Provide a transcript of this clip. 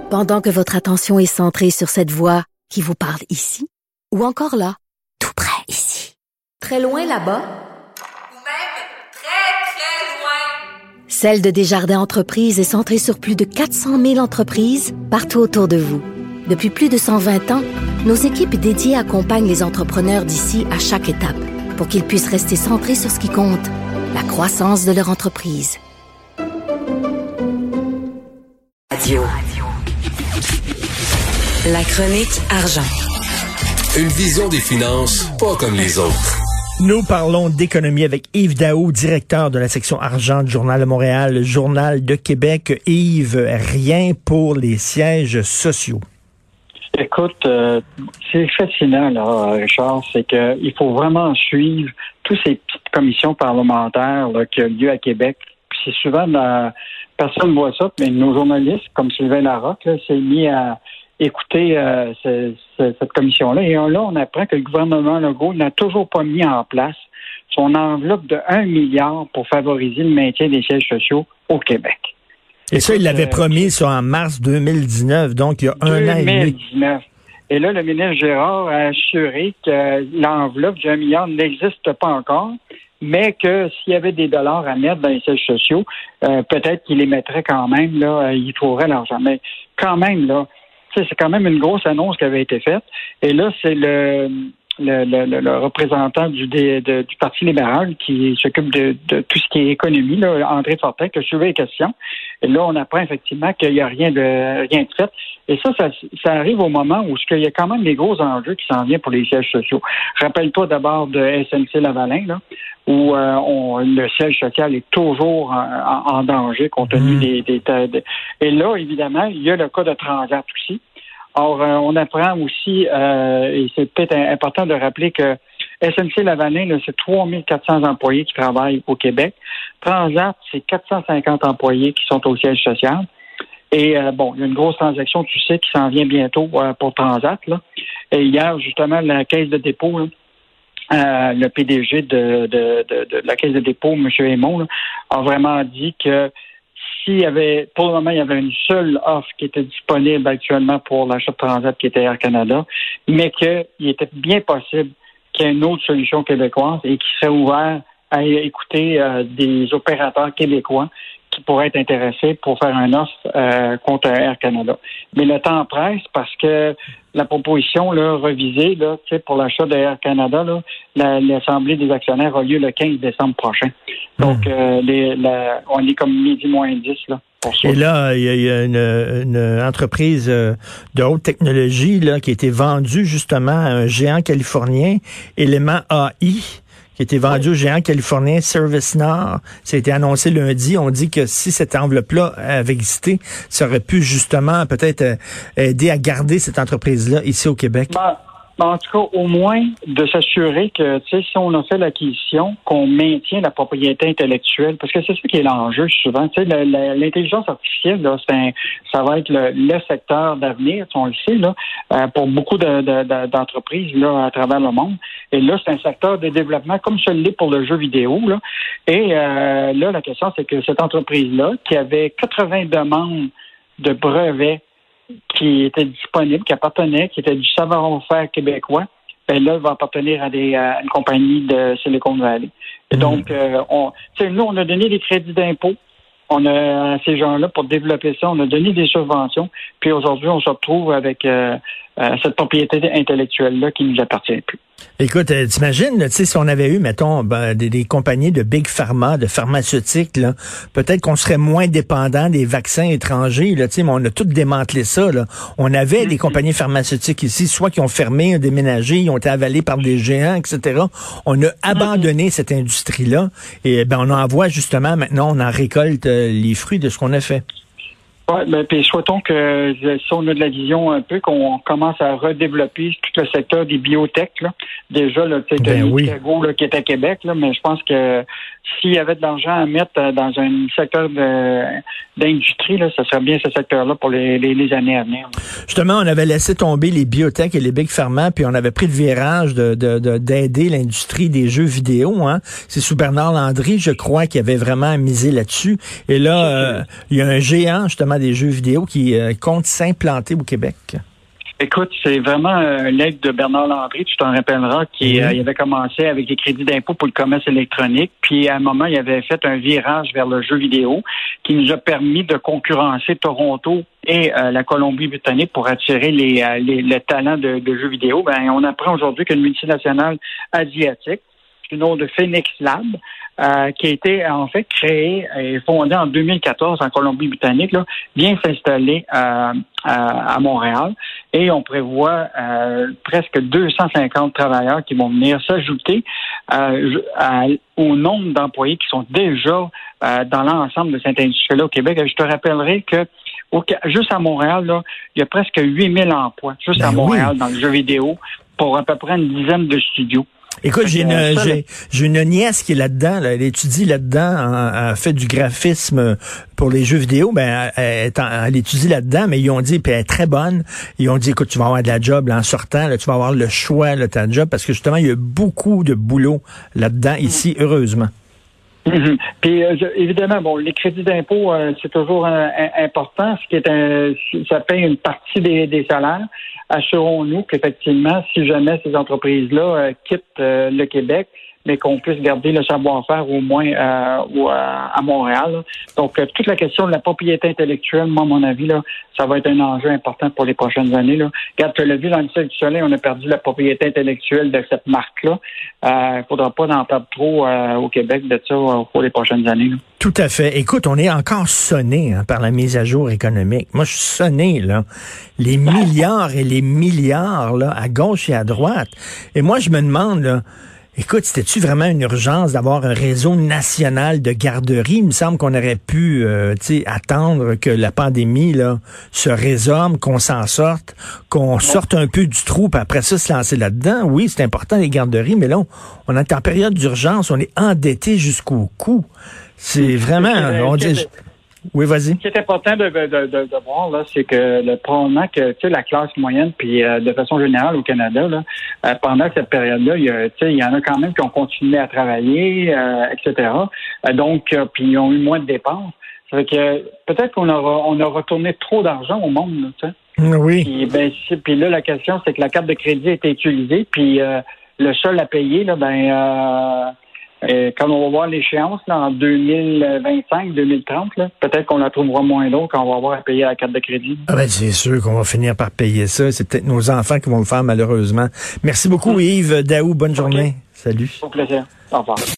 Pendant que votre attention est centrée sur cette voix qui vous parle ici, ou encore là, tout près ici, très loin là-bas, ou même très, très loin. Celle de Desjardins Entreprises est centrée sur plus de 400 000 entreprises partout autour de vous. Depuis plus de 120 ans, nos équipes dédiées accompagnent les entrepreneurs d'ici à chaque étape pour qu'ils puissent rester centrés sur ce qui compte, la croissance de leur entreprise. Radio. La chronique argent. Une vision des finances pas comme les autres. Nous parlons d'économie avec Yves Daou, directeur de la section argent du Journal de Montréal, le Journal de Québec. Yves, rien pour les sièges sociaux. Écoute, c'est fascinant, là, Richard, c'est qu'il faut vraiment suivre toutes ces petites commissions parlementaires là, qui ont lieu à Québec. Puis c'est souvent, personne ne voit ça, mais nos journalistes, comme Sylvain Larocque, là, s'est mis à écouter cette commission-là. Et là, on apprend que le gouvernement Legault n'a toujours pas mis en place son enveloppe de 1 milliard pour favoriser le maintien des sièges sociaux au Québec. Et ça, il l'avait promis en mars 2019, donc il y a un an et demi. 2019. Et là, le ministre Gérard a assuré que l'enveloppe de 1 milliard n'existe pas encore, mais que s'il y avait des dollars à mettre dans les sièges sociaux, peut-être qu'il les mettrait quand même, là, il trouverait l'argent. Mais quand même, là, c'est quand même une grosse annonce qui avait été faite. Et là, c'est le représentant du Parti libéral qui s'occupe de tout ce qui est économie, là, André Fortin, qui a soulevé les questions. Et là, on apprend effectivement qu'il n'y a rien de fait. Et ça arrive au moment où il y a quand même des gros enjeux qui s'en viennent pour les sièges sociaux. Rappelle-toi d'abord de SNC-Lavalin, là, où le siège social est toujours en danger compte tenu des et là, évidemment, il y a le cas de Transat aussi. Or, on apprend aussi, et c'est peut-être important de rappeler que SNC-Lavalin, là, c'est 3400 employés qui travaillent au Québec. Transat, c'est 450 employés qui sont au siège social. Et il y a une grosse transaction, tu sais, qui s'en vient bientôt pour Transat, là. Et hier, justement, la Caisse de dépôt, là, le PDG de la Caisse de dépôt, M. Aymon, là, a vraiment dit que pour le moment, il y avait une seule offre qui était disponible actuellement pour l'achat de Transat qui était Air Canada, mais qu'il était bien possible qu'il y ait une autre solution québécoise et qu'il serait ouvert à écouter des opérateurs québécois qui pourraient être intéressés pour faire un offre contre Air Canada. Mais le temps presse parce que la proposition là, revisée là, pour l'achat d'Air Canada, là, l'Assemblée des actionnaires a lieu le 15 décembre prochain. Donc, on est comme midi moins 10 là. Et là, il y a une entreprise de haute technologie là, qui a été vendue justement à un géant californien, Element AI, qui a été vendu au géant californien ServiceNow. Ça a été annoncé lundi. On dit que si cette enveloppe-là avait existé, ça aurait pu justement peut-être aider à garder cette entreprise-là ici au Québec. En tout cas, au moins de s'assurer que, tu sais, si on a fait l'acquisition, qu'on maintient la propriété intellectuelle, parce que c'est ça qui est l'enjeu souvent. Tu sais, l'intelligence artificielle, là, ça va être le secteur d'avenir, on le sait, là, pour beaucoup d'entreprises là à travers le monde. Et là, c'est un secteur de développement comme celui pour le jeu vidéo, là. Et là, la question, c'est que cette entreprise-là, qui avait 80 demandes de brevets qui était disponible, qui était du savoir-faire québécois, ben là, va appartenir à une compagnie de Silicon Valley. Et donc, nous, on a donné des crédits d'impôt. On a à ces gens-là pour développer ça, on a donné des subventions, puis aujourd'hui, on se retrouve avec cette propriété intellectuelle-là qui ne nous appartient plus. Écoute, t'imagines, tu sais, si on avait eu, mettons, des compagnies de big pharma, de pharmaceutiques, là, peut-être qu'on serait moins dépendant des vaccins étrangers, là, tu sais, mais on a tout démantelé ça, là. On avait des compagnies pharmaceutiques ici, soit qui ont fermé, ont déménagé, ils ont été avalés par des géants, etc. On a abandonné cette industrie-là, et on en voit justement, maintenant, on en récolte les fruits de ce qu'on a fait. Oui, puis souhaitons que si on a de la vision un peu, qu'on commence à redévelopper tout le secteur des biotech, là. Déjà, là, tu sais, Chicago, là, qui est à Québec, là, mais je pense que s'il y avait de l'argent à mettre dans un secteur d'industrie, là, ça serait bien ce secteur-là pour les années à venir. Justement, on avait laissé tomber les biotech et les big pharma, puis on avait pris le virage d'aider l'industrie des jeux vidéo, hein. C'est sous Bernard Landry, je crois, qui avait vraiment misé là-dessus. Et là, il y a un géant, justement, justement des jeux vidéo qui comptent s'implanter au Québec? Écoute, c'est vraiment l'aide de Bernard Landry, tu t'en rappelleras, il avait commencé avec les crédits d'impôt pour le commerce électronique, puis à un moment, il avait fait un virage vers le jeu vidéo qui nous a permis de concurrencer Toronto et la Colombie-Britannique pour attirer les talents de jeux vidéo. Ben, on apprend aujourd'hui qu'une multinationale asiatique, du nom de Phoenix Lab, qui a été en fait créée et fondée en 2014 en Colombie-Britannique, là, vient s'installer à Montréal et on prévoit presque 250 travailleurs qui vont venir s'ajouter au nombre d'employés qui sont déjà dans l'ensemble de cette industrie-là au Québec. Je te rappellerai que juste à Montréal, là, il y a presque 8000 emplois juste à Montréal dans le jeu vidéo pour à peu près une dizaine de studios. Écoute, j'ai une nièce qui est là-dedans, là, elle étudie là-dedans, elle fait du graphisme pour les jeux vidéo, ben elle étudie là-dedans, mais ils ont dit, puis elle est très bonne, ils ont dit, écoute, tu vas avoir de la job là, en sortant, là, tu vas avoir le choix de ta job, parce que justement, il y a beaucoup de boulot là-dedans, ici, heureusement. Mm-hmm. Puis évidemment, bon, les crédits d'impôt, c'est toujours important. Ce qui est ça paye une partie des salaires. Assurons-nous qu'effectivement, si jamais ces entreprises-là quittent le Québec, mais qu'on puisse garder le savoir-faire au moins à Montréal. Là. Donc, toute la question de la propriété intellectuelle, moi, à mon avis, là, ça va être un enjeu important pour les prochaines années. Là. Regarde, tu l'as vu dans le ciel du soleil, on a perdu la propriété intellectuelle de cette marque-là. Il faudra pas en perdre trop au Québec de ça pour les prochaines années. Là. Tout à fait. Écoute, on est encore sonné par la mise à jour économique. Moi, je suis sonné, là. Les milliards et les milliards, là, à gauche et à droite. Et moi, je me demande, là, écoute, c'était-tu vraiment une urgence d'avoir un réseau national de garderies? Il me semble qu'on aurait pu attendre que la pandémie là se résorbe, qu'on s'en sorte, qu'on sorte un peu du trou, puis après ça, se lancer là-dedans. Oui, c'est important, les garderies, mais là, on est en période d'urgence, on est endetté jusqu'au cou. C'est vraiment... Oui, vas-y. Ce qui est important de voir, là, c'est que probablement que la classe moyenne, puis de façon générale au Canada, là, pendant cette période-là, il y en a quand même qui ont continué à travailler, etc. Donc, puis ils ont eu moins de dépenses. Ça fait que peut-être qu'on aura retourné trop d'argent au monde, tu sais. Oui. Puis là, la question, c'est que la carte de crédit a été utilisée, puis le seul à payer, là, quand on va voir l'échéance là, en 2025-2030, peut-être qu'on la trouvera moins long quand on va avoir à payer la carte de crédit. Ah ben c'est sûr qu'on va finir par payer ça. C'est peut-être nos enfants qui vont le faire malheureusement. Merci beaucoup Yves Daou. Bonne journée. Salut. Au plaisir. Au revoir.